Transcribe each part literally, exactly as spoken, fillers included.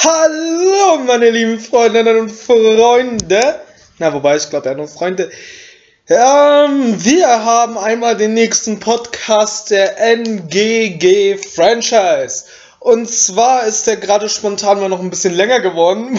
Hallo meine lieben Freundinnen und Freunde. Na, wobei, ich glaube ja nur Freunde. Ähm, wir haben einmal den nächsten Podcast der N G G Franchise. Und zwar ist der gerade spontan mal noch ein bisschen länger geworden.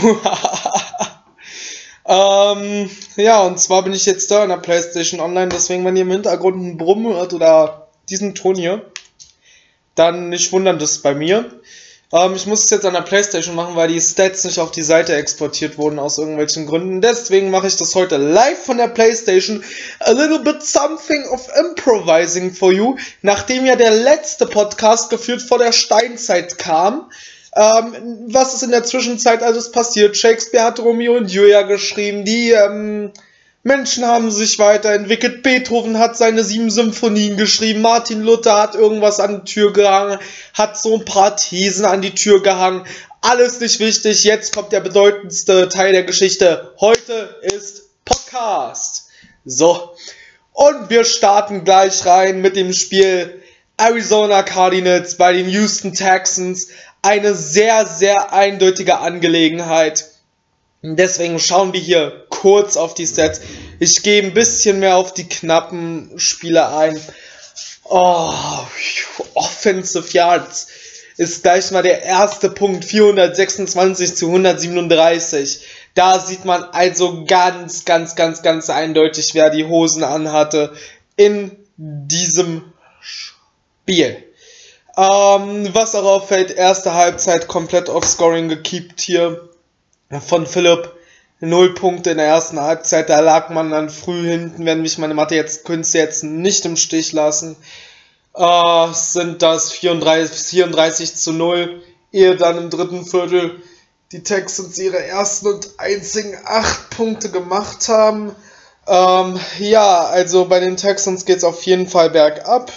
ähm, ja, und zwar bin ich jetzt da in der PlayStation Online, deswegen, wenn ihr im Hintergrund einen Brummen hört oder diesen Ton hier, dann nicht wundern, das ist bei mir. Ähm, ich muss es jetzt an der PlayStation machen, weil die Stats nicht auf die Seite exportiert wurden aus irgendwelchen Gründen. Deswegen mache ich das heute live von der PlayStation. A little bit something of improvising for you. Nachdem ja der letzte Podcast geführt vor der Steinzeit kam. Ähm, was ist in der Zwischenzeit alles passiert? Shakespeare hat Romeo und Julia geschrieben. Die ähm, Menschen haben sich weiterentwickelt. Beethoven hat seine sieben Symphonien geschrieben. Martin Luther hat irgendwas an die Tür gehangen. Hat so ein paar Thesen an die Tür gehangen. Alles nicht wichtig. Jetzt kommt der bedeutendste Teil der Geschichte. Heute ist Podcast. So. Und wir starten gleich rein mit dem Spiel Arizona Cardinals bei den Houston Texans. Eine sehr, sehr eindeutige Angelegenheit. Deswegen schauen wir hier kurz auf die Stats. Ich gehe ein bisschen mehr auf die knappen Spiele ein. Oh, Offensive Yards ist gleich mal der erste Punkt. vierhundertsechsundzwanzig zu hundertsiebenunddreißig. Da sieht man also ganz, ganz, ganz, ganz eindeutig, wer die Hosen anhatte in diesem Spiel. Ähm, was auch auffällt, erste Halbzeit komplett auf Scoring gekippt hier von Philipp. Null Punkte in der ersten Halbzeit, da lag man dann früh hinten, wenn mich meine Mathe jetzt Künste jetzt nicht im Stich lassen. Äh, sind das vierunddreißig, vierunddreißig zu null, ehe dann im dritten Viertel die Texans ihre ersten und einzigen acht Punkte gemacht haben. Ähm, ja, also bei den Texans geht es auf jeden Fall bergab.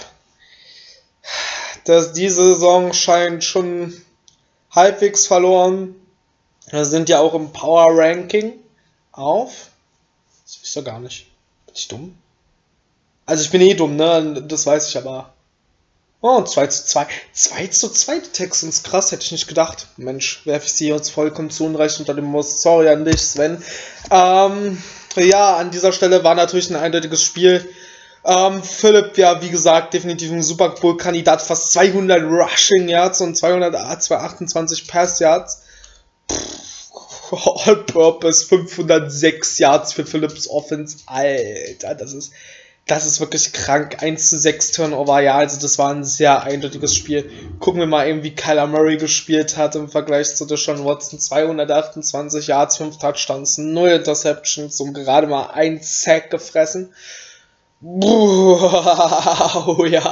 Das, diese Saison scheint schon halbwegs verloren. Wir sind ja auch im Power Ranking auf. Das ist doch gar nicht. Bin ich dumm? Also ich bin eh dumm, ne? Das weiß ich aber. Oh, zwei zu zwei. zwei zu zwei die Texans. Krass, hätte ich nicht gedacht. Mensch, werfe ich sie jetzt vollkommen zu Unrecht unter dem Muss. Sorry an dich, Sven. Ähm, ja, an dieser Stelle war natürlich ein eindeutiges Spiel. Ähm, Philipp, ja, wie gesagt, definitiv ein Super Bowl-Kandidat. Fast zweihundert Rushing Yards und zweihundertachtundzwanzig Pass Yards. All-Purpose fünfhundertsechs Yards für Philipps Offense. Alter, das ist, das ist wirklich krank. eins zu sechs Turnover, ja, also das war ein sehr eindeutiges Spiel. Gucken wir mal eben, wie Kyler Murray gespielt hat im Vergleich zu Deshaun Watson. zweihundertachtundzwanzig Yards, fünf Touchdowns, null Interceptions und gerade mal ein Sack gefressen. Wow, ja.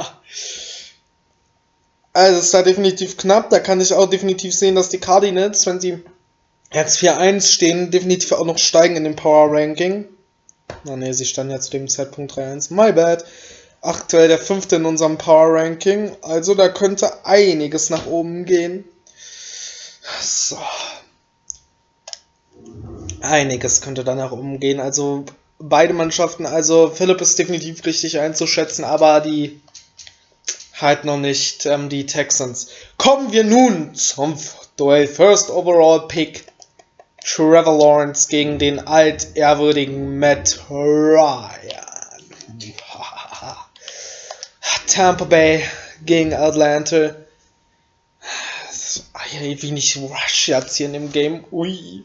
Also es war definitiv knapp. Da kann ich auch definitiv sehen, dass die Cardinals, wenn sie jetzt vier eins stehen, definitiv auch noch steigen in dem Power Ranking. Na ne, sie standen ja zu dem Zeitpunkt drei eins. My bad. Aktuell der fünfte in unserem Power Ranking. Also da könnte einiges nach oben gehen. So. Einiges könnte da nach oben gehen. Also beide Mannschaften, also Philipp ist definitiv richtig einzuschätzen, aber die halt noch nicht, ähm, die Texans. Kommen wir nun zum Duell. First Overall Pick Trevor Lawrence gegen den altehrwürdigen Matt Ryan. Tampa Bay gegen Atlanta. Wenig Rush jetzt hier in dem Game. Ui.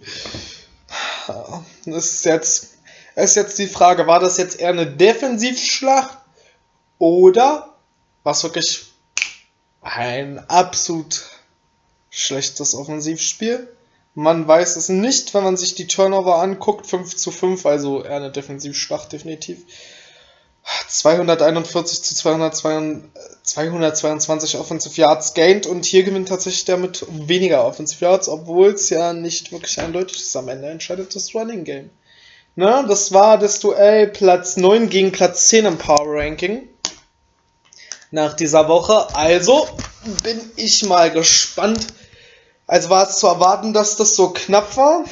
Das ist jetzt, das ist jetzt die Frage, war das jetzt eher eine Defensivschlacht oder was wirklich ein absolut schlechtes Offensivspiel? Man weiß es nicht, wenn man sich die Turnover anguckt. fünf zu fünf, also eher eine Defensivschlacht definitiv. zweihunderteinundvierzig zu zweihundertzweiundzwanzig Offensive Yards gained und hier gewinnt tatsächlich der mit weniger Offensive Yards, obwohl es ja nicht wirklich eindeutig ist. Am Ende entscheidet das Running Game. Na, das war das Duell Platz neun gegen Platz zehn im Power Ranking. Nach dieser Woche. Also bin ich mal gespannt. Also war es zu erwarten, dass das so knapp war.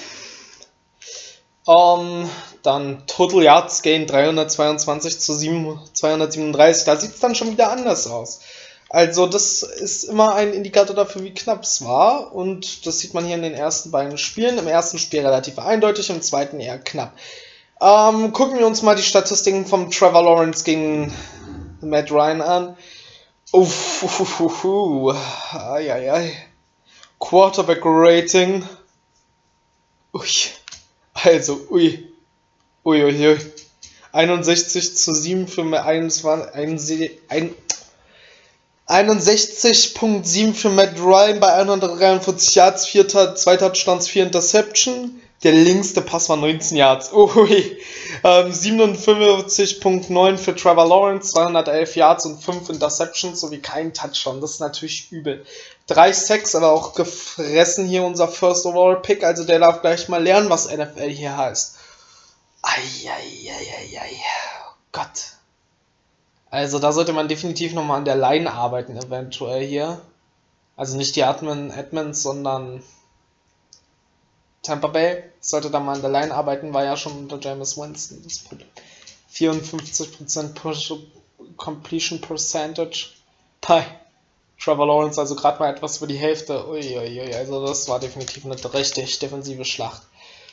Um, dann Total Yards Gain dreihundertzweiundzwanzig zu zweihundertsiebenunddreißig. Da sieht es dann schon wieder anders aus. Also das ist immer ein Indikator dafür, wie knapp es war. Und das sieht man hier in den ersten beiden Spielen. Im ersten Spiel relativ eindeutig, im zweiten eher knapp. Ähm, gucken wir uns mal die Statistiken vom Trevor Lawrence gegen Matt Ryan an. Uff, uff, uff, uff. Ai, ai, ai. Quarterback Rating. Ui. Also, ui. Ui, ui, ui. einundsechzig zu sieben für einundzwanzig, einundsechzig Komma sieben für Matt Ryan bei hundertdreiundvierzig Yards, vier, zwei Touchdowns, vier Interception. Der längste Pass war neunzehn Yards. Ui. Ähm, siebenundfünfzig Komma neun für Trevor Lawrence, zweihundertelf Yards und fünf Interceptions sowie kein Touchdown. Das ist natürlich übel. Drei Sacks, aber auch gefressen hier unser First Overall Pick. Also der darf gleich mal lernen, was N F L hier heißt. Eieieiei. Oh Gott. Also da sollte man definitiv nochmal an der Line arbeiten, eventuell hier. Also nicht die Admin, Admins, sondern Tampa Bay sollte da mal an der Line arbeiten, war ja schon unter Jameis Winston das Problem. vierundfünfzig Prozent Completion Percentage bei Trevor Lawrence, also gerade mal etwas über die Hälfte. Uiuiui, also das war definitiv eine richtig defensive Schlacht.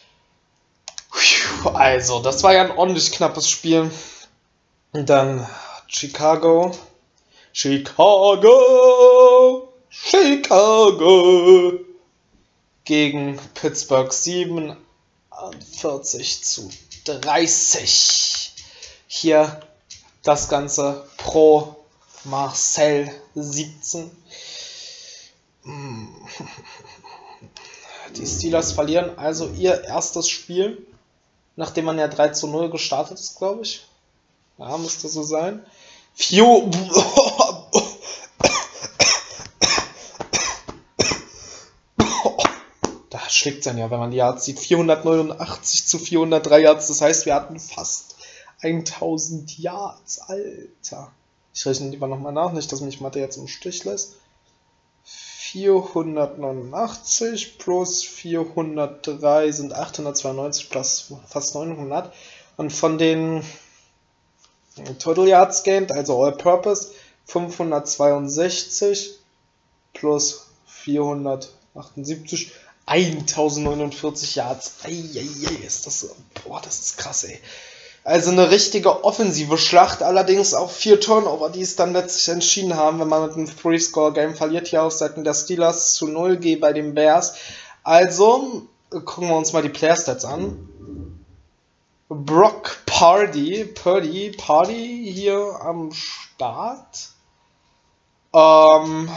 Also, das war ja ein ordentlich knappes Spiel. Und dann Chicago. Chicago! Chicago! Gegen Pittsburgh siebenundvierzig zu dreißig. Hier das Ganze pro Marcel siebzehn. Die Steelers verlieren also ihr erstes Spiel, nachdem man ja drei zu null gestartet ist, glaube ich. Ja, müsste so sein. Few. Da schlägt es dann ja, wenn man die Yards sieht. vierhundertneunundachtzig zu vierhundertdrei Yards. Das heißt, wir hatten fast tausend Yards. Alter. Ich rechne lieber nochmal nach, nicht, dass mich Mathe jetzt im Stich lässt. vierhundertneunundachtzig plus vierhundertdrei sind achthundertzweiundneunzig plus fast neunhundert. Und von den Total Yards gained, also All Purpose, fünfhundertzweiundsechzig plus vierhundertachtundsiebzig, tausendneunundvierzig Yards. Eieiei, ist das so. Boah, das ist krass, ey. Also eine richtige offensive Schlacht, allerdings auch vier Turnover, die es dann letztlich entschieden haben, wenn man mit einem Three-Score-Game verliert, hier auf Seiten der Steelers zu null G bei den Bears. Also, gucken wir uns mal die Player-Stats an. Brock Purdy, Purdy, Purdy hier am Start. Ähm,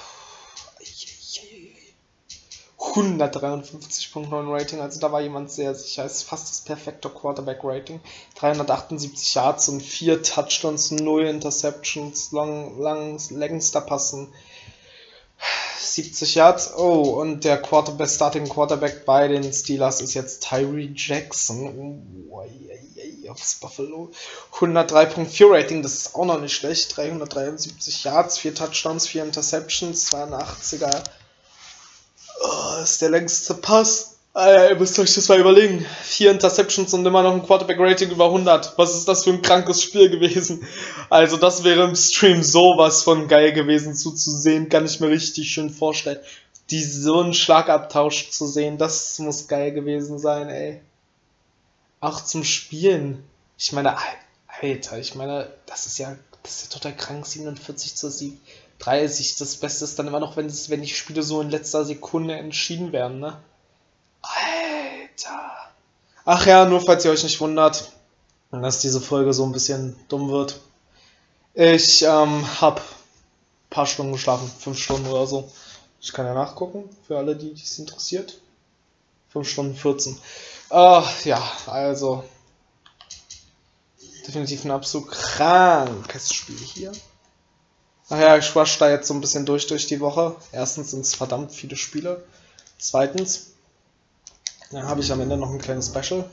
hundertdreiundfünfzig Komma neun Rating, also da war jemand sehr sicher, ist fast das perfekte Quarterback-Rating. dreihundertachtundsiebzig Yards und vier Touchdowns, null Interceptions, lang, lang, längster Passen, siebzig Yards. Oh, und der Quarterback, Starting Quarterback bei den Steelers ist jetzt Tyree Jackson. Oh, aufs Buffalo. hundertdrei Komma vier Rating, das ist auch noch nicht schlecht. dreihundertdreiundsiebzig Yards, vier Touchdowns, vier Interceptions, zweiundachtziger. Oh, ist der längste Pass. Alter, ihr müsst euch das mal überlegen. Vier Interceptions und immer noch ein Quarterback-Rating über hundert. Was ist das für ein krankes Spiel gewesen? Also das wäre im Stream sowas von geil gewesen zuzusehen. Kann ich mir richtig schön vorstellen. Die, so einen Schlagabtausch zu sehen, das muss geil gewesen sein, ey. Auch zum Spielen. Ich meine, Alter, ich meine, das ist ja, das ist ja total krank. siebenundvierzig zu sieben. dreißig, das Beste ist dann immer noch, wenn, es, wenn die Spiele so in letzter Sekunde entschieden werden, ne? Alter. Ach ja, nur falls ihr euch nicht wundert, dass diese Folge so ein bisschen dumm wird. Ich ähm, hab ein paar Stunden geschlafen, fünf Stunden oder so. Ich kann ja nachgucken, für alle, die es interessiert. fünf Stunden vierzehn. Uh, ja, also definitiv ein absolut krankes Spiel hier. Ach ja, ich rush da jetzt so ein bisschen durch durch die Woche. Erstens sind es verdammt viele Spiele. Zweitens, dann habe ich am Ende noch ein kleines Special.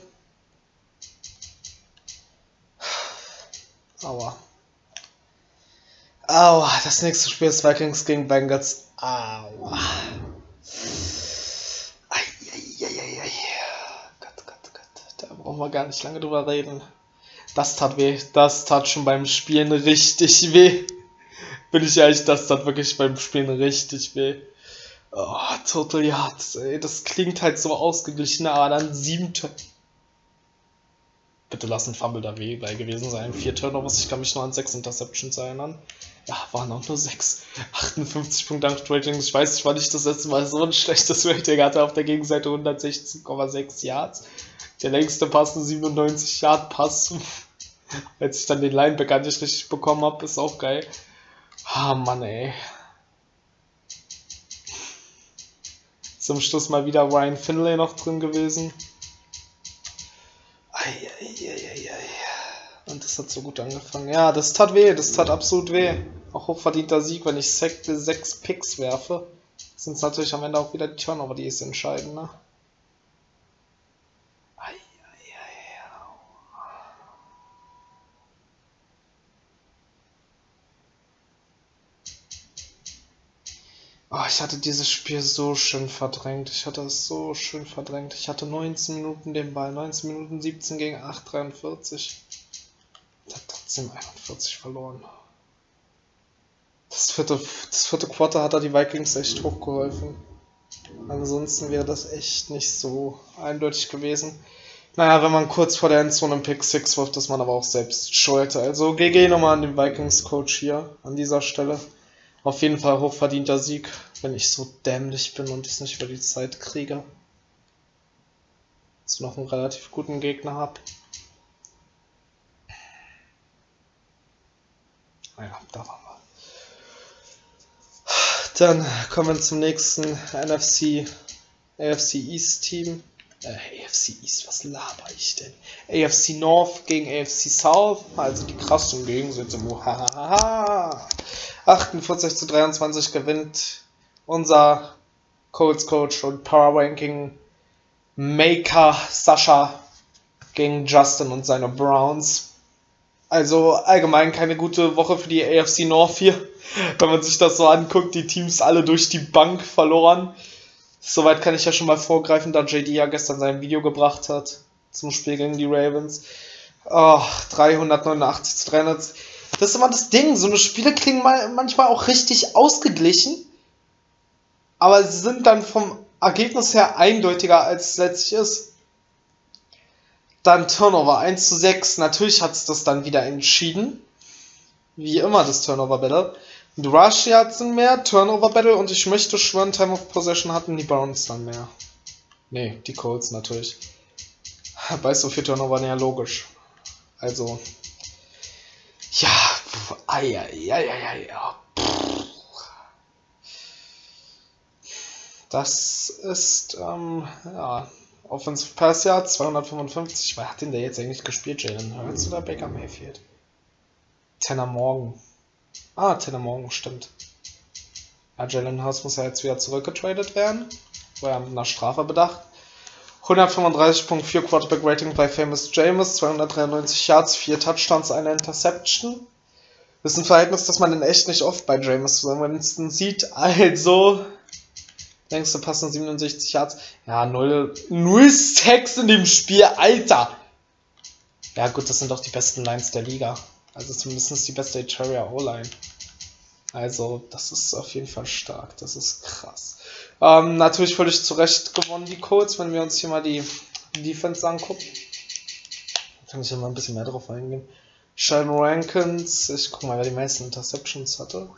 Aua. Aua, das nächste Spiel ist Vikings gegen Bengals. Aua. Eieieiei. Gott, Gott, Gott. Da brauchen wir gar nicht lange drüber reden. Das tat weh. Das tat schon beim Spielen richtig weh. Bin ich ehrlich, das tat wirklich beim Spielen richtig weh. Oh, Total Yards, ey, das klingt halt so ausgeglichen, aber dann sieben Turn. Bitte lass ein Fumble da weh bei gewesen sein. Vier Turnovers, ich kann mich nur an sechs Interceptions erinnern. Ja, waren auch nur sechs. achtundfünfzig Punkte Rating. Ich weiß nicht, wann ich das letzte Mal so ein schlechtes Rating hatte. Auf der Gegenseite hundertsechzehn Komma sechs Yards. Der längste Pass, ein siebenundneunzig Yard Pass. Als ich dann den Linebacker nicht richtig bekommen habe, ist auch geil. Ah, Mann, ey. Zum Schluss mal wieder Ryan Finlay noch drin gewesen. Eieieiei. Und das hat so gut angefangen. Ja, das tat weh, das tat absolut weh. Auch hochverdienter Sieg, wenn ich sechs Picks werfe. Sind es natürlich am Ende auch wieder die Turnover, die es entscheiden, ne? Oh, ich hatte dieses Spiel so schön verdrängt. Ich hatte es so schön verdrängt. Ich hatte neunzehn Minuten den Ball. neunzehn Minuten siebzehn gegen acht dreiundvierzig. Ich habe trotzdem einundvierzig verloren. Das vierte, das vierte Quarter hat er die Vikings echt hochgeholfen. Ansonsten wäre das echt nicht so eindeutig gewesen. Naja, wenn man kurz vor der Endzone einen Pick sechs wirft, ist man aber auch selbst schuld. Also G G nochmal an den Vikings-Coach hier an dieser Stelle. Auf jeden Fall hochverdienter Sieg, wenn ich so dämlich bin und es nicht über die Zeit kriege. Jetzt noch einen relativ guten Gegner habe. Naja, da waren wir. Dann kommen wir zum nächsten N F C, A F C East Team. Äh, A F C East, was laber ich denn? A F C North gegen A F C South, also die krassen Gegensätze. Muhahaha. achtundvierzig zu dreiundzwanzig gewinnt unser Colts Coach und Power Ranking Maker Sascha gegen Justin und seine Browns. Also allgemein keine gute Woche für die A F C North hier. Wenn man sich das so anguckt, die Teams alle durch die Bank verloren. Soweit kann ich ja schon mal vorgreifen, da J D ja gestern sein Video gebracht hat zum Spiel gegen die Ravens. Oh, dreihundertneunundachtzig zu dreihundert. Das ist immer das Ding, so eine Spiele klingen manchmal auch richtig ausgeglichen, aber sie sind dann vom Ergebnis her eindeutiger, als es letztlich ist. Dann Turnover eins zu sechs, natürlich hat es das dann wieder entschieden, wie immer das Turnover Battle. Und Rush Yards sind mehr, Turnover Battle und ich möchte schwören, Time of Possession hatten die Browns dann mehr. Ne, die Colts natürlich. Bei so viel Turnover, ja logisch. Also... Ja, ja, ja, ja, ja. Das ist, ähm, ja, Offensive Pass Yard zweihundertfünfundfünfzig. Wer hat denn der jetzt eigentlich gespielt? Jalen Hurts oder Baker Mayfield? Tanner Morgan. Ah, Tanner Morgan, stimmt. Ja, Jalen Hurts muss ja jetzt wieder zurückgetradet werden. War ja mit einer Strafe bedacht. hundertfünfunddreißig Komma vier Quarterback Rating bei Famous James, zweihundertdreiundneunzig Yards, vier Touchdowns, eine Interception. Das ist ein Verhältnis, das man in echt nicht oft bei James sieht. Also, längste passen siebenundsechzig Yards. Ja, null, null Sacks in dem Spiel, Alter. Ja gut, das sind doch die besten Lines der Liga. Also zumindest die beste Interior O-Line. Also, das ist auf jeden Fall stark. Das ist krass. Ähm, natürlich völlig zu Recht gewonnen, die Colts, wenn wir uns hier mal die Defense angucken. Da kann ich ja mal ein bisschen mehr drauf eingehen. Sheldon Rankins, ich guck mal, wer die meisten Interceptions hatte.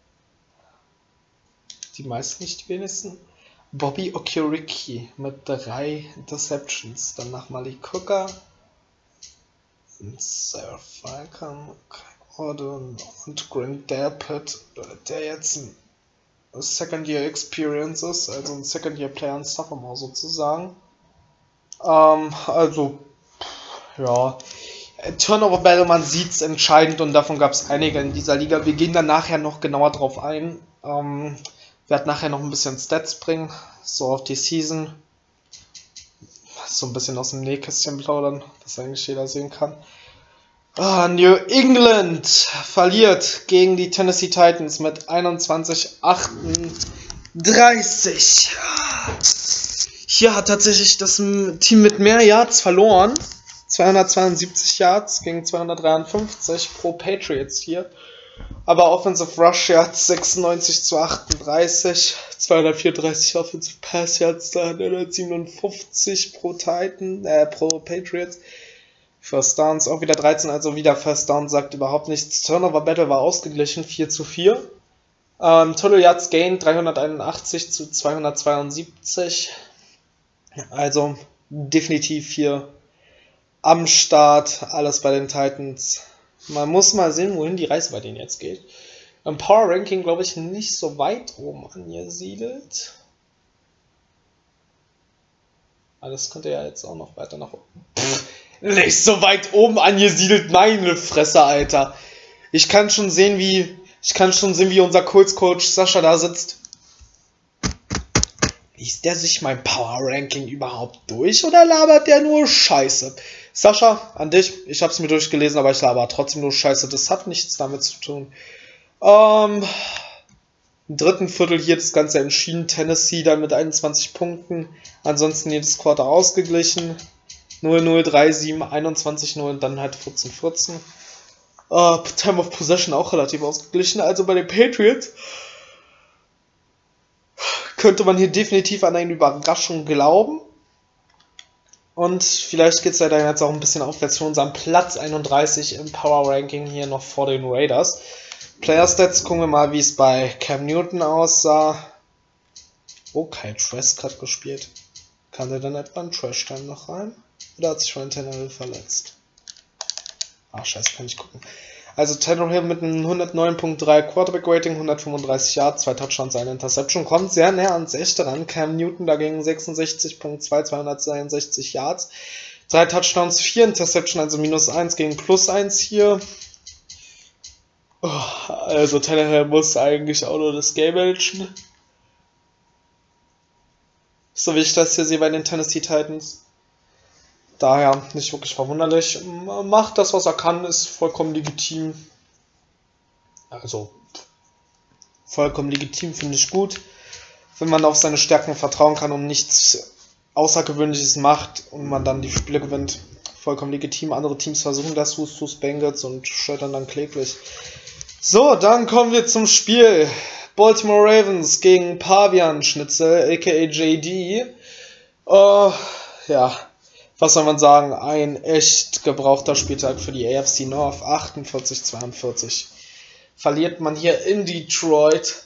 Die meisten, nicht die wenigsten. Bobby Okereke mit drei Interceptions. Danach Malik Hooker. Und Sarah Falcon. Und Grant Delpit, der jetzt ein Second Year Experience ist, also ein Second Year Player und Sophomore sozusagen. Ähm, also, ja, Turnover Battle, man sieht es entscheidend und davon gab es einige in dieser Liga. Wir gehen dann nachher noch genauer drauf ein. Ähm, wir werden nachher noch ein bisschen Stats bringen, so auf die Season. So ein bisschen aus dem Nähkästchen plaudern, dass eigentlich jeder sehen kann. Ah, New England verliert gegen die Tennessee Titans mit einundzwanzig achtunddreißig. Hier hat tatsächlich das Team mit mehr Yards verloren. zweihundertzweiundsiebzig Yards gegen zweihundertdreiundfünfzig pro Patriots hier. Aber Offensive Rush Yards sechsundneunzig zu achtunddreißig, zweihundertvierunddreißig Offensive Pass Yards, dreihundertsiebenundfünfzig pro Titan, äh, pro Patriots. First Downs auch wieder dreizehn, also wieder First Down, sagt überhaupt nichts. Turnover Battle war ausgeglichen, vier zu vier. Ähm, Total Yards Gain dreihunderteinundachtzig zu zweihundertzweiundsiebzig. Also definitiv hier am Start, alles bei den Titans. Man muss mal sehen, wohin die Reise bei denen jetzt geht. Im Power Ranking, glaube ich, nicht so weit oben angesiedelt. Aber das könnte ja jetzt auch noch weiter nach oben. Pff, nicht so weit oben angesiedelt, meine Fresse, Alter. Ich kann schon sehen, wie ich kann schon sehen, wie unser Colts-Coach Sascha da sitzt. Liest der sich mein Power Ranking überhaupt durch oder labert der nur Scheiße? Sascha, an dich, ich hab's mir durchgelesen, aber ich laber trotzdem nur Scheiße, das hat nichts damit zu tun. Ähm, im dritten Viertel hier das Ganze entschieden, Tennessee dann mit einundzwanzig Punkten, ansonsten jedes Quarter ausgeglichen, null null, drei sieben, einundzwanzig null und dann halt vierzehn vierzehn. Uh, Time of Possession auch relativ ausgeglichen, also bei den Patriots könnte man hier definitiv an eine Überraschung glauben. Und vielleicht geht es ja dann jetzt auch ein bisschen aufwärts für unseren Platz einunddreißig im Power Ranking hier noch vor den Raiders. Player Stats, gucken wir mal, wie es bei Cam Newton aussah. Oh, Kyle Trask hat gespielt. Kann der dann etwa einen Trash-Time noch rein? Oder hat sich Ryan Tannehill verletzt? Ah, scheiße, kann ich gucken. Also Tannehill mit einem hundertneun Komma drei Quarterback-Rating, hundertfünfunddreißig Yards, zwei Touchdowns, eine Interception, kommt sehr näher ans Echte ran. Cam Newton dagegen sechsundsechzig Komma zwei, zweihundertzweiundsechzig Yards, drei Touchdowns, vier Interception, also minus eins gegen plus eins hier. Oh, also Tannehill muss eigentlich auch nur das Game managen. So wie ich das hier sehe bei den Tennessee Titans. Daher nicht wirklich verwunderlich. Macht das, was er kann, ist vollkommen legitim. Also, vollkommen legitim, finde ich gut. Wenn man auf seine Stärken vertrauen kann und nichts Außergewöhnliches macht und man dann die Spiele gewinnt. Vollkommen legitim. Andere Teams versuchen das, Hus Hus Bengals, und scheitern dann kläglich. So, dann kommen wir zum Spiel. Baltimore Ravens gegen Pavian Schnitzel, aka J D. Uh, ja. Was soll man sagen? Ein echt gebrauchter Spieltag für die A F C North. achtundvierzig zweiundvierzig. Verliert man hier in Detroit.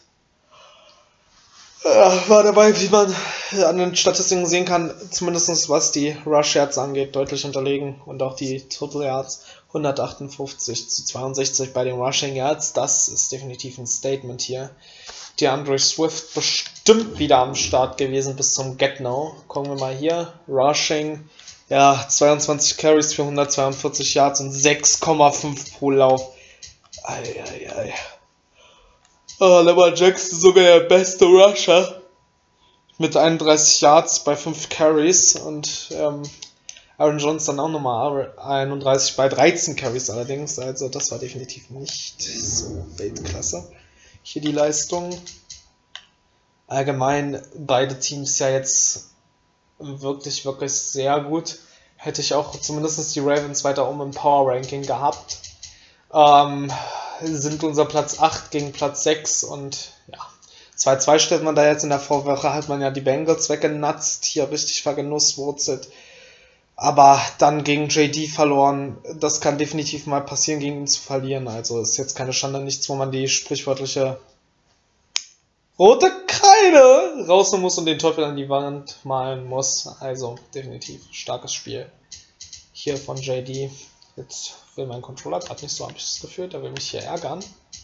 Ja, war dabei, wie man an den Statistiken sehen kann, zumindest was die Rush Yards angeht, deutlich unterlegen. Und auch die Total Yards. hundertachtundfünfzig zu zweiundsechzig bei den Rushing Yards. Das ist definitiv ein Statement hier. DeAndre Swift bestimmt wieder am Start gewesen bis zum Get-No. Gucken wir mal hier. Rushing. Ja, zweiundzwanzig Carries für hundertzweiundvierzig Yards und sechs Komma fünf pro Lauf. Eieiei. Oh, Lamar Jackson sogar der beste Rusher. Mit einunddreißig Yards bei fünf Carries. Und ähm, Aaron Jones dann auch nochmal einunddreißig bei dreizehn Carries allerdings. Also das war definitiv nicht so Weltklasse. Hier die Leistung. Allgemein beide Teams ja jetzt wirklich, wirklich sehr gut. Hätte ich auch zumindest die Ravens weiter oben im Power Ranking gehabt. Ähm, sind unser Platz acht gegen Platz sechs und ja, zwei zwei stellt man da jetzt in der Vorwoche, hat man ja die Bengals weggenutzt, hier richtig vergenusswurzelt. Aber dann gegen J D verloren, das kann definitiv mal passieren, gegen ihn zu verlieren. Also ist jetzt keine Schande, nichts, wo man die sprichwörtliche rote Kreide rausnehmen muss und den Teufel an die Wand malen muss. Also definitiv starkes Spiel hier von J D. Jetzt will mein Controller gerade nicht so, habe ich das Gefühl, der will mich hier ärgern.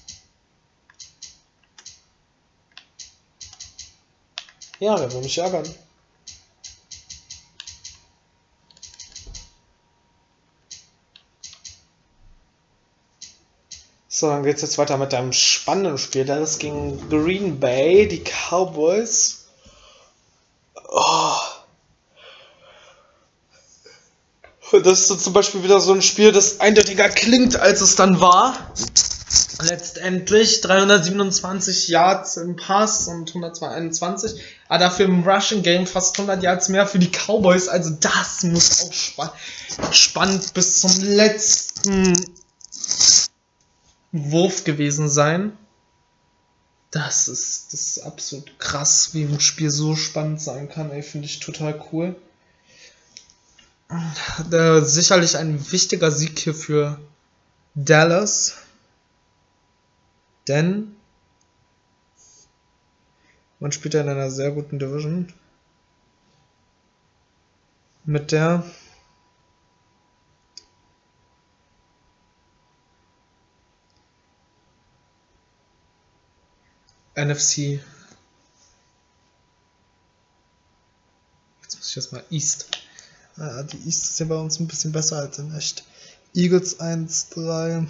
Ja, der will mich ärgern. So, dann geht es jetzt weiter mit einem spannenden Spiel. Das ist gegen Green Bay, die Cowboys. Oh. Das ist so zum Beispiel wieder so ein Spiel, das eindeutiger klingt, als es dann war. Letztendlich dreihundertsiebenundzwanzig Yards im Pass und hunderteinundzwanzig. Aber dafür im Rushing Game fast hundert Yards mehr für die Cowboys. Also das muss auch spa- spannend bis zum letzten Wurf gewesen sein. Das ist, das ist absolut krass, wie ein Spiel so spannend sein kann. Ey, finde ich total cool. Äh, sicherlich ein wichtiger Sieg hier für Dallas. Denn man spielt ja in einer sehr guten Division. Mit der N F C. Jetzt muss ich erstmal East. Ah, die East ist ja bei uns ein bisschen besser als in echt. Eagles eins drei.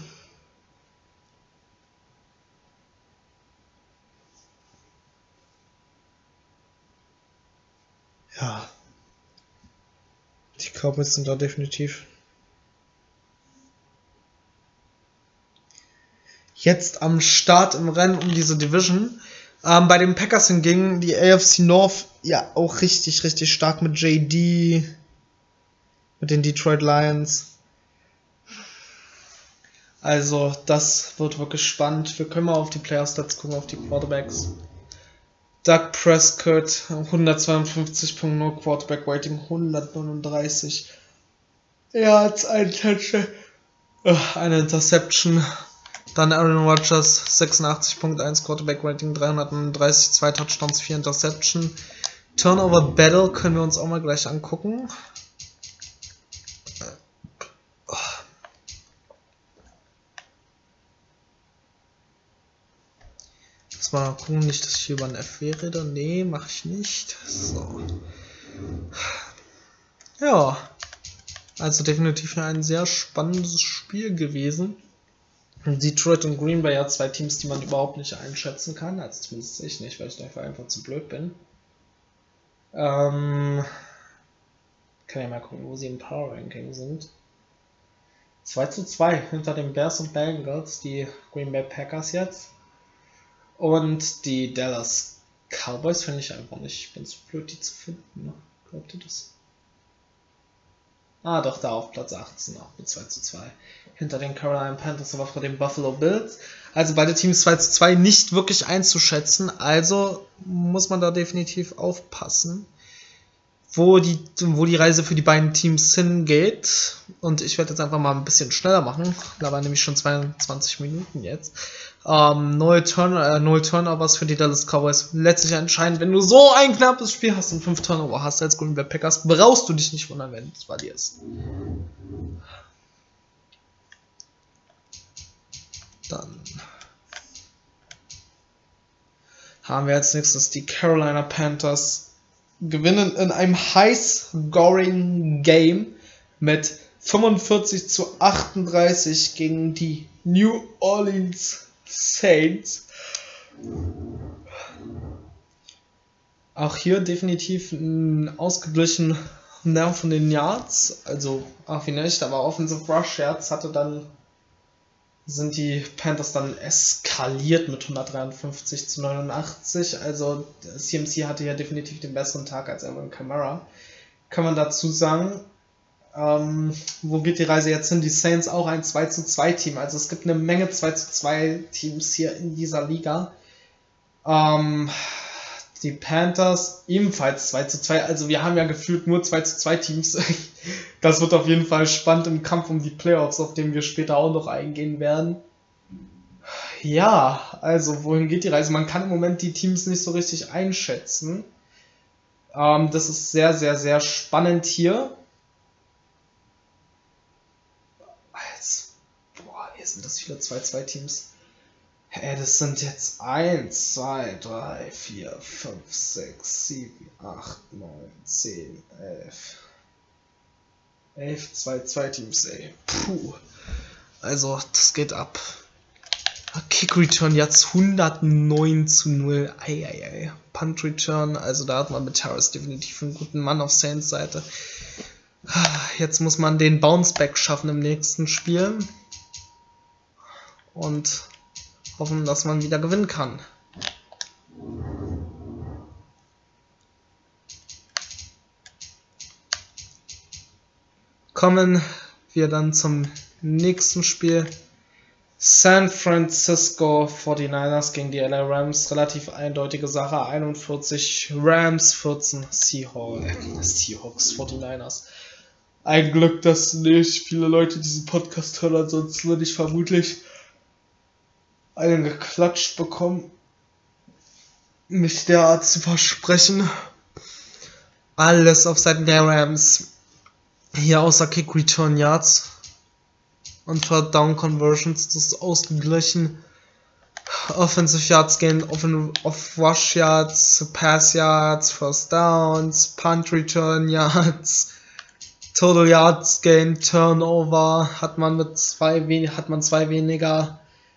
Ja. Die Cowboys sind da definitiv jetzt am Start im Rennen um diese Division. Ähm, bei den Packers hingegen die A F C North ja auch richtig, richtig stark mit J D, mit den Detroit Lions. Also das wird wirklich spannend. Wir können mal auf die Player-Stats gucken, auf die Quarterbacks. Doug Prescott, hundertzweiundfünfzig Komma null, Quarterback-Rating hundertneununddreißig. Er hat ein Touchdown, eine Interception. Dann Aaron Rodgers, sechsundachtzig Komma eins, Quarterback-Rating dreihundertneununddreißig, zwei Touchdowns, vier Interception. Turnover Battle können wir uns auch mal gleich angucken. Mal gucken, nicht, dass ich hier über ein F W rede. Nee, mache ich nicht. So. Ja. Also definitiv ein sehr spannendes Spiel gewesen. Detroit und Green Bay, ja zwei Teams, die man überhaupt nicht einschätzen kann. Also zumindest ich nicht, weil ich dafür einfach zu blöd bin. Ähm. Kann ja mal gucken, wo sie im Power Ranking sind. zwei zu zwei hinter den Bears und Bengals, die Green Bay Packers jetzt. Und die Dallas Cowboys finde ich einfach nicht. Ich bin zu blöd, die zu finden. Ne? Glaubt ihr das? Ah, doch, da auf Platz achtzehn, auch mit zwei zu zwei. Hinter den Carolina Panthers, aber vor den Buffalo Bills. Also beide Teams zwei zu zwei nicht wirklich einzuschätzen. Also muss man da definitiv aufpassen, wo die, wo die Reise für die beiden Teams hingeht. Und ich werde jetzt einfach mal ein bisschen schneller machen. Da waren nämlich schon zweiundzwanzig Minuten jetzt. Ähm, null Turn, äh, null Turnovers für die Dallas Cowboys. Letztlich entscheidend, wenn du so ein knappes Spiel hast und fünf Turnover hast als Green Bay Packers, brauchst du dich nicht wundern, wenn du es verlierst. Dann haben wir als nächstes die Carolina Panthers. Gewinnen in einem High-Scoring Game mit fünfundvierzig zu achtunddreißig gegen die New Orleans Saints. Auch hier definitiv ein ausgeglichen Nerv von den Yards, also auch wie nicht, aber Offensive Rush Yards hatte dann, sind die Panthers dann eskaliert mit hundertdreiundfünfzig zu neunundachtzig, also C M C hatte ja definitiv den besseren Tag als Alvin Kamara. Kann man dazu sagen, ähm, wo geht die Reise jetzt hin? Die Saints auch ein zwei zu zwei Team, also es gibt eine Menge zwei zu zwei Teams hier in dieser Liga. Ähm, die Panthers ebenfalls zwei zu zwei, also wir haben ja gefühlt nur zwei zu zwei Teams. Das wird auf jeden Fall spannend im Kampf um die Playoffs, auf den wir später auch noch eingehen werden. Ja, also wohin geht die Reise? Man kann im Moment die Teams nicht so richtig einschätzen. Ähm, das ist sehr, sehr, sehr spannend hier. Jetzt, boah, hier sind das viele zwei zu zwei Teams. Hey, das sind jetzt eins, zwei, drei, vier, fünf, sechs, sieben, acht, neun, zehn, elf. elf zwei zu zwei Teams, ey. Puh. Also, das geht ab. Kick Return jetzt hundertneun zu null. Eieiei. Punt Return, also da hat man mit Harris definitiv einen guten Mann auf Saints Seite. Jetzt muss man den Bounceback schaffen im nächsten Spiel. Und hoffen, dass man wieder gewinnen kann. Kommen wir dann zum nächsten Spiel. San Francisco forty-niners gegen die L A Rams. Relativ eindeutige Sache. einundvierzig Rams, vierzehn Seahawks. Seahawks, forty-niners. Ein Glück, dass nicht viele Leute diesen Podcast hören, sonst würde ich vermutlich einen geklatscht bekommen, mich derart zu versprechen. Alles auf Seiten der Rams. Hier außer Kick Return Yards und Third Down Conversions, das ist ausgeglichen. Offensive Yards gehen auf, auf Rush Yards, Pass Yards, First Downs, Punt Return Yards, Total Yards Gain, Turnover hat man mit zwei wen hat man zwei weniger.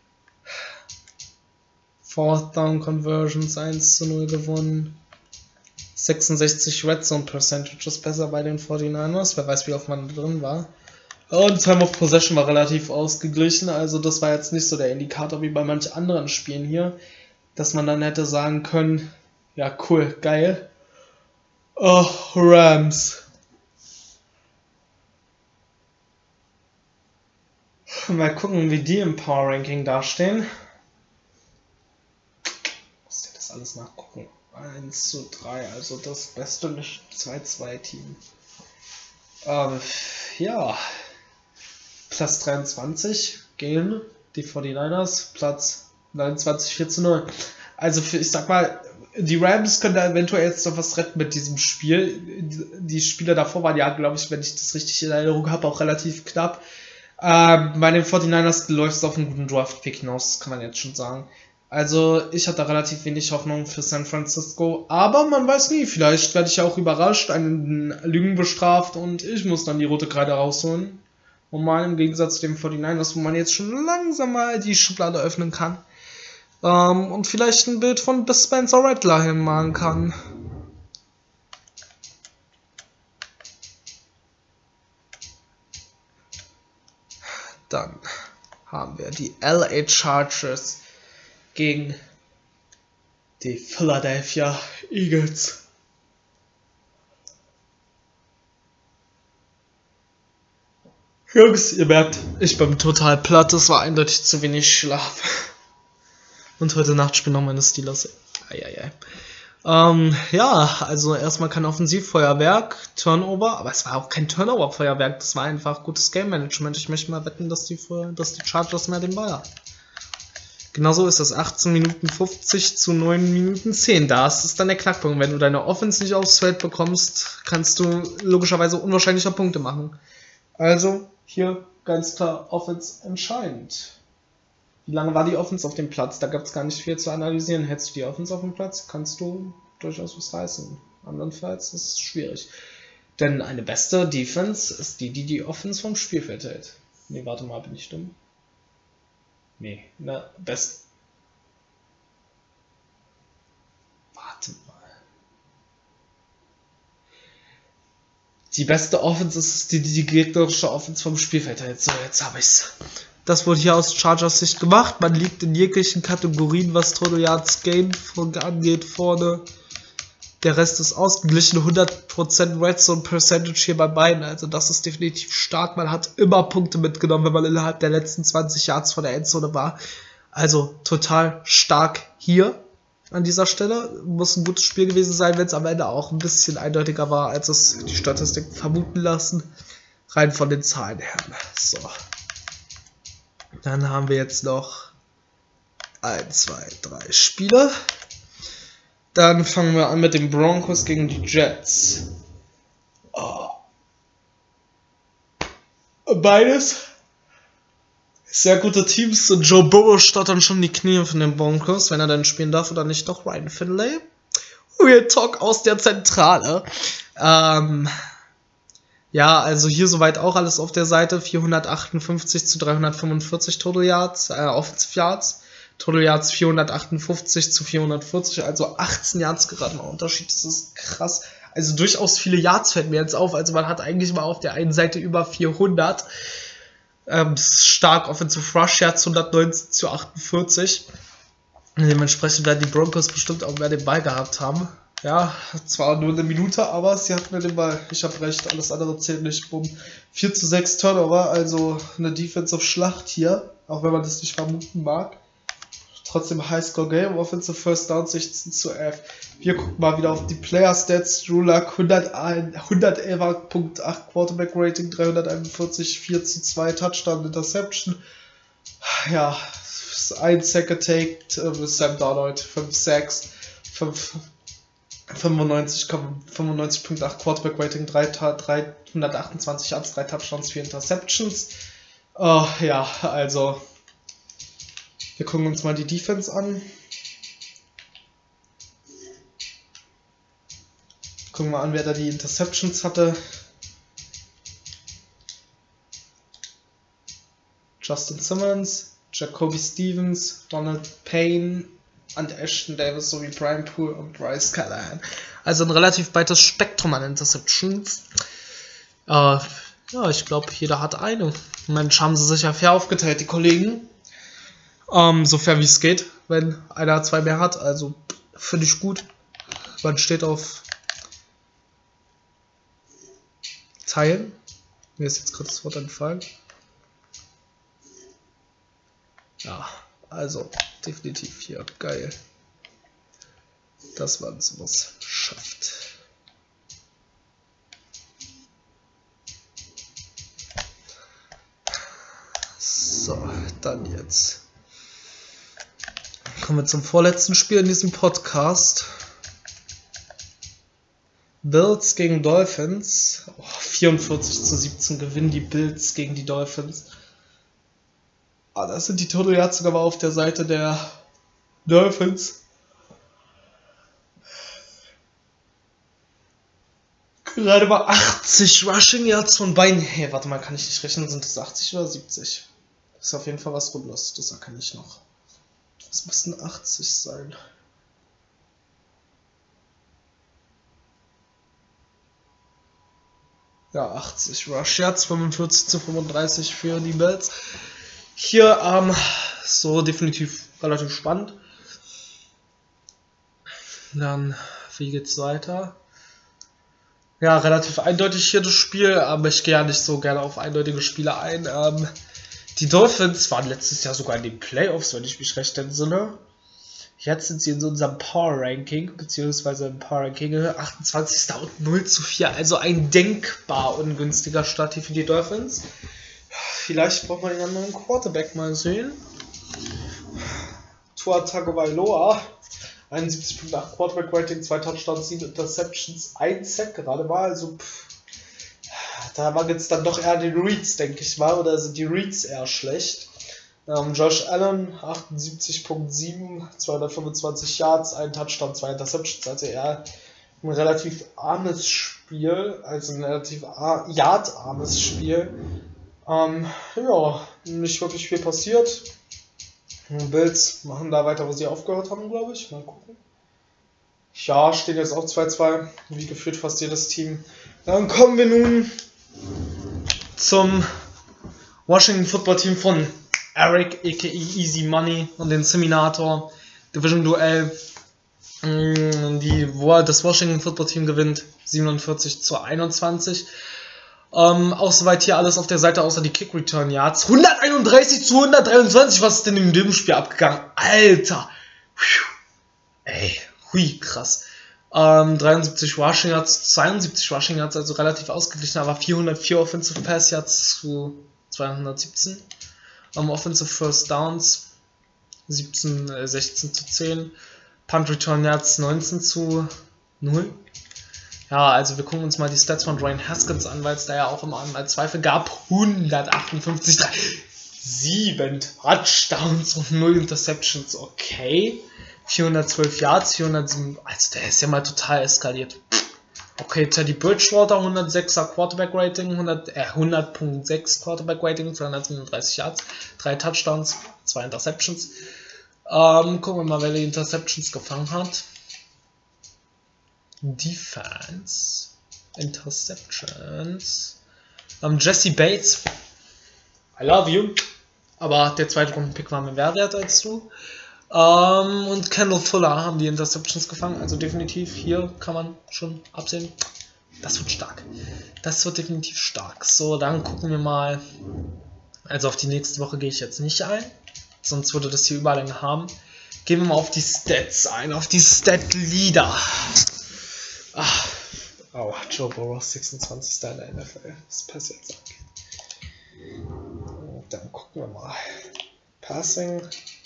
Fourth Down Conversions eins zu null gewonnen. sechsundsechzig Red Zone Percentage ist besser bei den forty-niners, wer weiß wie oft man drin war. Und Time of Possession war relativ ausgeglichen, also das war jetzt nicht so der Indikator wie bei manch anderen Spielen hier, dass man dann hätte sagen können, ja cool, geil. Oh, Rams. Mal gucken, wie die im Power Ranking dastehen. Muss ja das alles nachgucken. eins zu drei, also das beste nicht zwei zwei Team. Ähm, ja. Platz dreiundzwanzig gehen die forty-niners, Platz neunundzwanzig, vier zu null. Also für, ich sag mal, die Rams können da eventuell jetzt noch was retten mit diesem Spiel. Die Spieler davor waren ja, glaube ich, wenn ich das richtig in Erinnerung habe, auch relativ knapp. Ähm, bei den forty-niners läuft es auf einen guten Draft-Pick hinaus, kann man jetzt schon sagen. Also ich hatte relativ wenig Hoffnung für San Francisco, aber man weiß nie, vielleicht werde ich ja auch überrascht, einen Lügen bestraft und ich muss dann die rote Kreide rausholen. Und mal im Gegensatz zu den forty-niners, wo man jetzt schon langsam mal die Schublade öffnen kann. Ähm, und vielleicht ein Bild von Spencer Rattler hinmalen kann. Dann haben wir die L A Chargers gegen die Philadelphia Eagles. Jungs, ihr merkt, ich bin total platt, es war eindeutig zu wenig Schlaf. Und heute Nacht spielen noch meine Steelers. Eieiei. Ähm, ja, also erstmal kein Offensivfeuerwerk, Turnover, aber es war auch kein Turnover-Feuerwerk, das war einfach gutes Game-Management. Ich möchte mal wetten, dass die, dass die Chargers mehr den Ball haben. Genauso ist das, achtzehn Minuten fünfzig zu neun Minuten zehn. Das ist dann der Knackpunkt. Wenn du deine Offense nicht aufs Feld bekommst, kannst du logischerweise unwahrscheinlicher Punkte machen. Also hier ganz klar Offense entscheidend. Wie lange war die Offense auf dem Platz? Da gab es gar nicht viel zu analysieren. Hättest du die Offense auf dem Platz, kannst du durchaus was reißen. Andernfalls ist es schwierig. Denn eine beste Defense ist die, die die Offense vom Spielfeld hält. Nee, warte mal, bin ich dumm? Nee, na, best. Warte mal. Die beste Offense ist die, die die gegnerische Offense vom Spielfeld hält. So, jetzt habe ich's. Das wurde hier aus Chargers Sicht gemacht. Man liegt in jeglichen Kategorien, was Total Yards Gain angeht, vorne. Der Rest ist ausgeglichen. hundert Prozent Red Zone Percentage hier bei beiden. Also das ist definitiv stark. Man hat immer Punkte mitgenommen, wenn man innerhalb der letzten zwanzig Yards von der Endzone war. Also total stark hier an dieser Stelle. Muss ein gutes Spiel gewesen sein, wenn es am Ende auch ein bisschen eindeutiger war, als es die Statistiken vermuten lassen. Rein von den Zahlen her. So. Dann haben wir jetzt noch eins, zwei, drei Spiele. Dann fangen wir an mit den Broncos gegen die Jets. Oh. Beides sehr gute Teams. Und Joe Burrow stottern schon die Knie von den Broncos, wenn er dann spielen darf oder nicht. Doch Ryan Finlay. Real Talk aus der Zentrale. Ähm... Ja, also hier soweit auch alles auf der Seite. vierhundertachtundfünfzig zu dreihundertfünfundvierzig Total Yards, äh, Offensive Yards. Total Yards vierhundertachtundfünfzig zu vierhundertvierzig, also achtzehn Yards gerade mal Unterschied. Das ist krass. Also durchaus viele Yards fällt mir jetzt auf. Also man hat eigentlich mal auf der einen Seite über vierhundert. Ähm, stark Offensive Rush Yards hundertneunzehn zu achtundvierzig. Dementsprechend werden die Broncos bestimmt auch mehr den Ball gehabt haben. Ja, zwar nur eine Minute, aber sie hat mir den Ball. Ich habe recht, alles andere zählt nicht. Bumm. vier zu sechs Turnover, also eine Defensive Schlacht hier. auch wenn man das nicht vermuten mag. Trotzdem Highscore Game, Offensive First Down sechzehn zu elf. Wir gucken mal wieder auf die Player Stats. Drew Luck hundertelf Komma acht Quarterback Rating, dreihunderteinundvierzig, vier zu zwei Touchdown Interception. Ja, ein Sack attacked, äh, Sam Darnold, fünf Sacks, fünfundneunzig Komma acht Quarterback Rating, dreihundertachtundzwanzig Yards, drei Touchdowns, vier Interceptions. Uh, ja, also wir gucken uns mal die Defense an. Gucken wir mal an, wer da die Interceptions hatte. Justin Simmons, Jacoby Stevens, Donald Payne und Ashton Davis sowie Brian Poole und Bryce Callahan. Also ein relativ weites Spektrum an Interceptions. Äh, ja, ich glaube, jeder hat eine. Mensch, haben sie sich ja fair aufgeteilt, die Kollegen. Ähm, so fair wie es geht, wenn einer zwei mehr hat. Also finde ich gut. Man steht auf Teilen. Mir ist jetzt gerade das Wort entfallen. Ja, also definitiv hier geil, dass man sowas schafft. So, dann jetzt kommen wir zum vorletzten Spiel in diesem Podcast. Bills gegen Dolphins. Oh, vierundvierzig zu siebzehn gewinnen die Bills gegen die Dolphins. Ah, das sind die Total Yards sogar auf der Seite der Dolphins. Gerade mal achtzig Rushing Yards von beiden. Hey, warte mal, kann ich nicht rechnen? Sind das achtzig oder siebzig? Das ist auf jeden Fall was Rundes. Das erkenne ich noch. Das müssten achtzig sein. Ja, achtzig Rush Yards, fünfundvierzig zu fünfunddreißig für die Bills. Hier ähm, so definitiv relativ spannend. Dann, wie geht's weiter? Ja, relativ eindeutig hier das Spiel, aber ich gehe ja nicht so gerne auf eindeutige Spiele ein. Ähm, die Dolphins waren letztes Jahr sogar in den Playoffs, wenn ich mich recht entsinne. Jetzt sind sie in so unserem Power Ranking, beziehungsweise im Power Ranking achtundzwanzigster und null zu vier, also ein denkbar ungünstiger Start hier für die Dolphins. Vielleicht braucht man den anderen Quarterback mal sehen. Tua Tagovailoa, einundsiebzig Komma acht Quarterback Rating, zwei Touchdowns, sieben Interceptions, ein Sack gerade war, also pff, da war jetzt dann doch eher die Reads, denke ich mal, oder sind die Reads eher schlecht. Ähm, Josh Allen, achtundsiebzig Komma sieben, zweihundertfünfundzwanzig Yards, ein Touchdown, zwei Interceptions, also eher ein relativ armes Spiel, also ein relativ yardarmes Spiel. Ähm, ja, nicht wirklich viel passiert. Die Bills machen da weiter, wo sie aufgehört haben, glaube ich. Mal gucken. Ja, stehen jetzt auch zwei zwei, wie gefühlt fast jedes Team. Dann kommen wir nun zum Washington Football Team von Eric, aka Easy Money, und den Seminator. Division Duell. Die, wo das Washington Football Team gewinnt, siebenundvierzig zu einundzwanzig. Ähm, auch soweit hier alles auf der Seite, außer die Kick Return Yards. hunderteinunddreißig zu hundertdreiundzwanzig, was ist denn in dem Spiel abgegangen? Alter! Ey, hui, krass. Ähm, dreiundsiebzig Rushing Yards, zweiundsiebzig Rushing Yards, also relativ ausgeglichen, aber vierhundertvier Offensive Pass Yards zu zweihundertsiebzehn. Ähm, Offensive First Downs, siebzehn, äh, sechzehn zu zehn. Punt Return Yards, neunzehn zu null. Ja, also wir gucken uns mal die Stats von Dwayne Haskins an, weil es da ja auch immer mal Zweifel gab. hundertachtundfünfzig, drei, sieben Touchdowns und null Interceptions, okay. vierhundertzwölf Yards, vierhundertsieben, also der ist ja mal total eskaliert. Okay, Teddy Bridgewater, hundertsechser Quarterback Rating, hundert, äh, hundert Komma sechs Quarterback Rating, zweihundertsiebenunddreißig Yards, drei Touchdowns, zwei Interceptions. Ähm, gucken wir mal, wer die Interceptions gefangen hat. Defense, Interceptions, um, Jesse Bates, I love you, aber der zweite Rundenpick war mir mehr wert als du. Um, und Kendall Fuller haben die Interceptions gefangen, also definitiv hier kann man schon absehen, das wird stark, das wird definitiv stark. So, dann gucken wir mal Also auf die nächste Woche gehe ich jetzt nicht ein, sonst würde das hier überall einen haben. Gehen wir mal auf die Stats ein, auf die Stat-Leader. Ach, oh, Joe Burrow, sechsundzwanzigster in der N F L. Was passiert jetzt? Dann gucken wir mal. Passing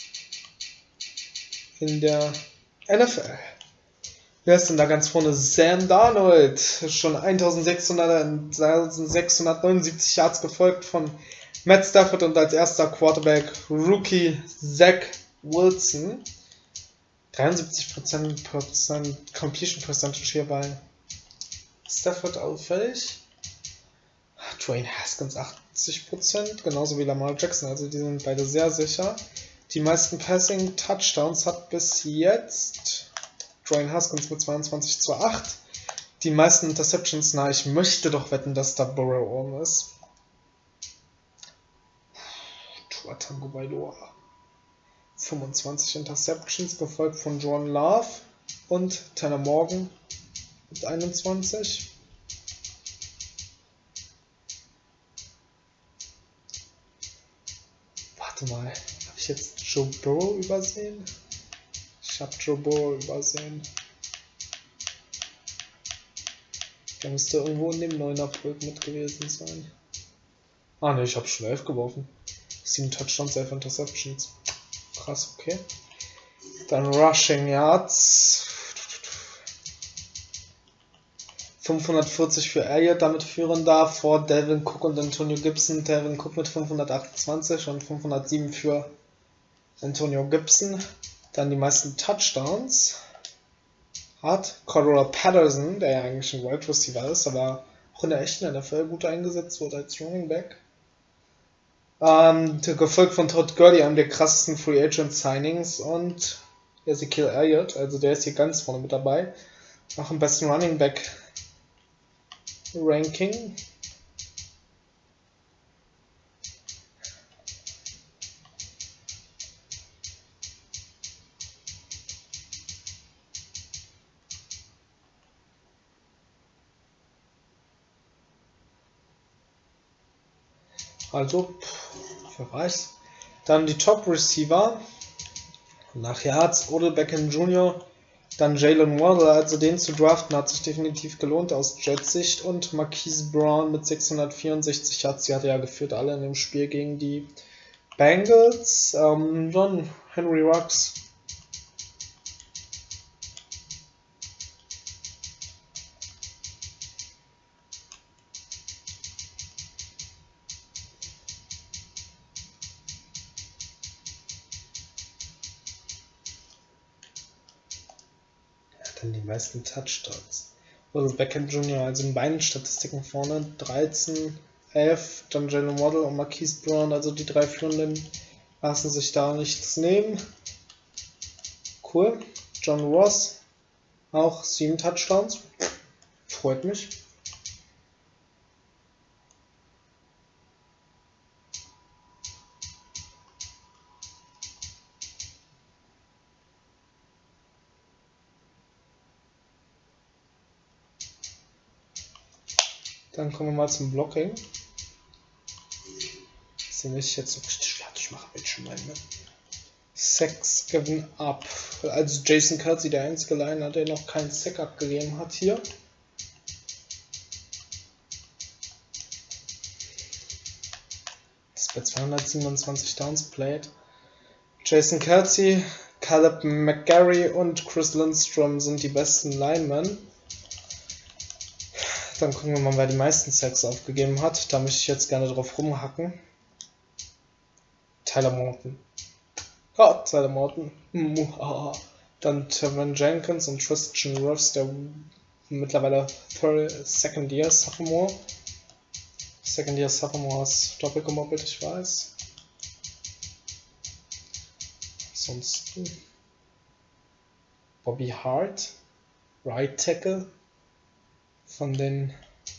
in der N F L. Wer ist denn da ganz vorne? Sam Darnold. Schon eintausendsechshundertneunundsiebzig Yards gefolgt von Matt Stafford und als erster Quarterback Rookie Zach Wilson. dreiundsiebzig Prozent Completion Percentage hier bei Stafford auffällig. Dwayne Haskins achtzig Prozent, genauso wie Lamar Jackson, also die sind beide sehr sicher. Die meisten Passing Touchdowns hat bis jetzt Dwayne Haskins mit zweiundzwanzig zu acht. Die meisten Interceptions, na, ich möchte doch wetten, dass da Burrow oben ist. Tua Tagovailoa. fünfundzwanzig Interceptions, gefolgt von Jordan Love und Tanner Morgan mit einundzwanzig. Warte mal, habe ich jetzt Joe Burrow übersehen? Ich habe Joe Burrow übersehen. Der müsste irgendwo in dem Neuner-Pult mit gewesen sein. Ah ne, ich habe schon elf geworfen. sieben Touchdowns, elf Interceptions. Krass, okay. Dann Rushing Yards. fünfhundertvierzig für Elliott, damit führen da vor Dalvin Cook und Antonio Gibson. Dalvin Cook mit fünfhundertachtundzwanzig und fünfhundertsieben für Antonio Gibson. Dann die meisten Touchdowns hat Cordero Patterson, der ja eigentlich ein Wide Receiver ist, aber auch in der echten N F L gut eingesetzt wurde als Running Back. Ähm, gefolgt von Todd Gurley, einem der krassesten Free Agent Signings, und Ezekiel Elliott, also der ist hier ganz vorne mit dabei. Auch im besten Running Back Ranking. Also, wer weiß. Dann die Top Receiver. Nach Yards, Odell Beckham Junior Dann Jalen Waddle, also den zu draften hat sich definitiv gelohnt aus Jets Sicht. Und Marquise Brown mit sechshundertvierundsechzig Yards, die hatte ja geführt alle in dem Spiel gegen die Bengals. Ähm, dann Henry Ruggs. Dann die meisten Touchdowns. Odell Beckham Junior, also in beiden Statistiken vorne, dreizehn, elf, dann Jalen Waddle und Marquise Brown, also die drei Führenden lassen sich da nichts nehmen. Cool. John Ross, auch sieben Touchdowns, freut mich. Dann kommen wir mal zum Blocking. Das will ich jetzt so richtig fertig machen mit schon mal, ne? Sacks given up. Also Jason Kelsey, der einzige Liner, der noch keinen Sack abgegeben hat hier. Das ist bei zweihundertsiebenundzwanzig Downs played. Jason Kelsey, Caleb McGarry und Chris Lindstrom sind die besten Linemen. Dann gucken wir mal, wer die meisten Sacks aufgegeben hat. Da möchte ich jetzt gerne drauf rumhacken. Tyler Morton. Ja, Tyler Morton. Dann Tevin Jenkins und Tristan Wirfs, der mittlerweile Second Year Sophomore. Second Year Sophomore ist doppelt gemoppelt, ich weiß. Ansonsten Bobby Hart, Right Tackle von den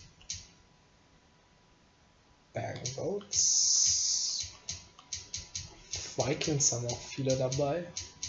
Bengals. Vikings haben auch viele dabei.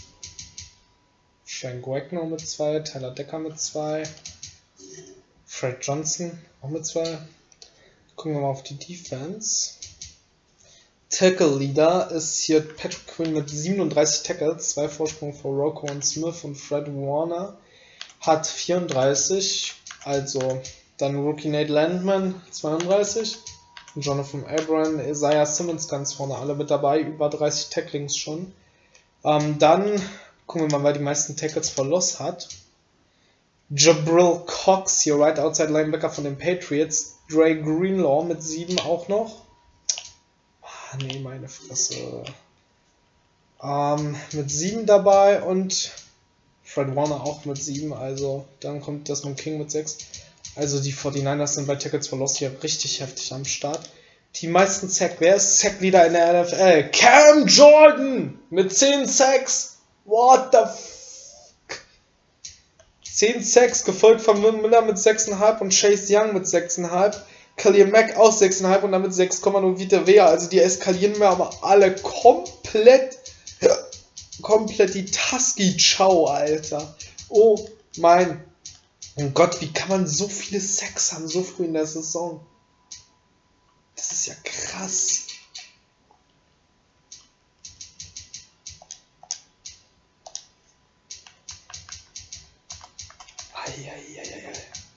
Frank Wagner mit zwei, Tyler Decker mit zwei, Fred Johnson auch mit zwei. Gucken wir mal auf die Defense. Tackle Leader ist hier Patrick Quinn mit siebenunddreißig Tackles, zwei Vorsprung vor Roquan Smith und Fred Warner hat vierunddreißig, also dann Rookie Nate Landman zweiunddreißig, Jonathan Abram, Isaiah Simmons ganz vorne, alle mit dabei, über dreißig Tacklings schon. Ähm, dann gucken wir mal, wer die meisten Tackles for Loss hat. Jabril Cox, hier Right Outside Linebacker von den Patriots, Dre Greenlaw mit sieben auch noch. Ah, nee, meine Fresse. Ähm, mit sieben dabei und Fred Warner auch mit sieben, also dann kommt Desmond King mit sechs. Also die forty-niners sind bei Tackles for Loss hier richtig heftig am Start. Die meisten Sack, wer ist Sack-Leader in der N F L? Cam Jordan mit zehn Sacks. What the fuck? zehn Sacks, gefolgt von Will Miller mit sechs Komma fünf und Chase Young mit sechs Komma fünf. Khalil Mack auch sechs Komma fünf und damit sechs Komma null Vita Vea. Also die eskalieren mir aber alle komplett, komplett die Tusky-Chow, Alter. Oh mein Gott, wie kann man so viele Sacks haben, so früh in der Saison? Das ist ja krass. Eieieiei.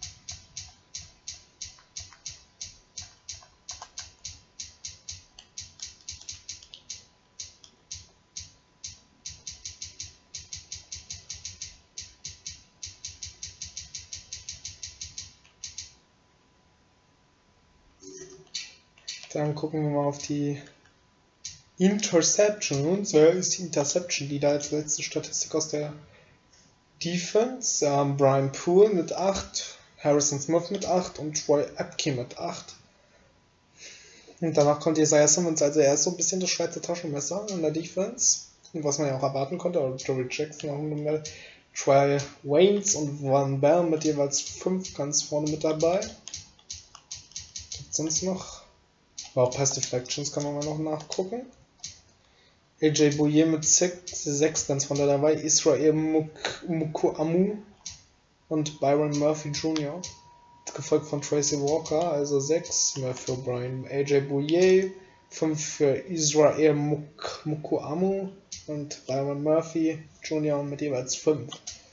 Dann gucken wir mal auf die Interceptions. Wer ist die Interception Leader als letzte Statistik aus der Defense? Ähm, Brian Poole mit acht, Harrison Smith mit acht und Troy Apke mit acht. Und danach kommt Isaiah Simmons, also er ist so ein bisschen das Schweizer Taschenmesser in der Defense. Und was man ja auch erwarten konnte, oder Joey Jackson auch mit Troy Waynes und Van Bell mit jeweils fünf ganz vorne mit dabei. Gibt's sonst noch? Auch Pass Deflections kann man mal noch nachgucken. A J Bouye mit sechs ganz vorne dabei. Israel Mukuamu und Byron Murphy Junior Gefolgt von Tracy Walker, also sechs mehr für Brian. A J Bouye, fünf für Israel Mukuamu und Byron Murphy Junior mit jeweils fünf.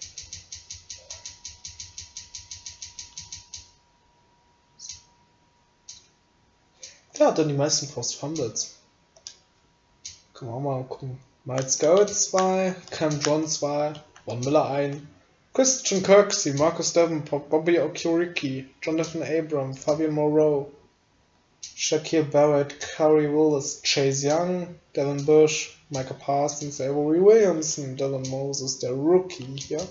Wer hat denn die meisten Forced Fumbles? Können wir auch mal gucken. Miles Garrett zwei, Cam John zwei, Von Miller ein, Christian Kirksey, Marcus Davenport, Bobby Okereke, Jonathan Abram, Fabio Moreau, Shaquille Barrett, Curry Willis, Chase Young, Devin Bush, Micah Parsons, Avery Williamson, Dylan Moses, der Rookie hier.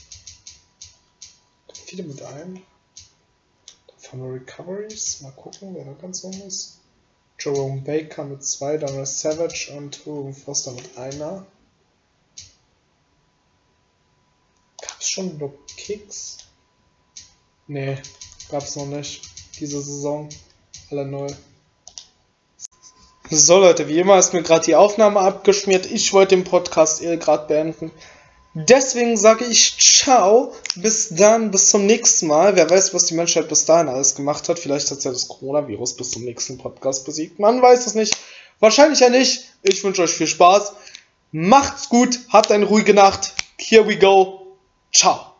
Viele mit ein. Von Recoveries, mal gucken, wer da ganz oben ist. Jerome Baker mit zwei, Daniel Savage und Ruben Foster mit einer. Gab's schon Block Kicks? Nee, gab's noch nicht. Diese Saison. Alle neu. So Leute, wie immer ist mir gerade die Aufnahme abgeschmiert. Ich wollte den Podcast eh gerade beenden. Deswegen sage ich ciao, bis dann, bis zum nächsten Mal. Wer weiß, was die Menschheit bis dahin alles gemacht hat. Vielleicht hat ja das Coronavirus bis zum nächsten Podcast besiegt. Man weiß es nicht. Wahrscheinlich ja nicht. Ich wünsche euch viel Spaß. Macht's gut, habt eine ruhige Nacht. Here we go. Ciao.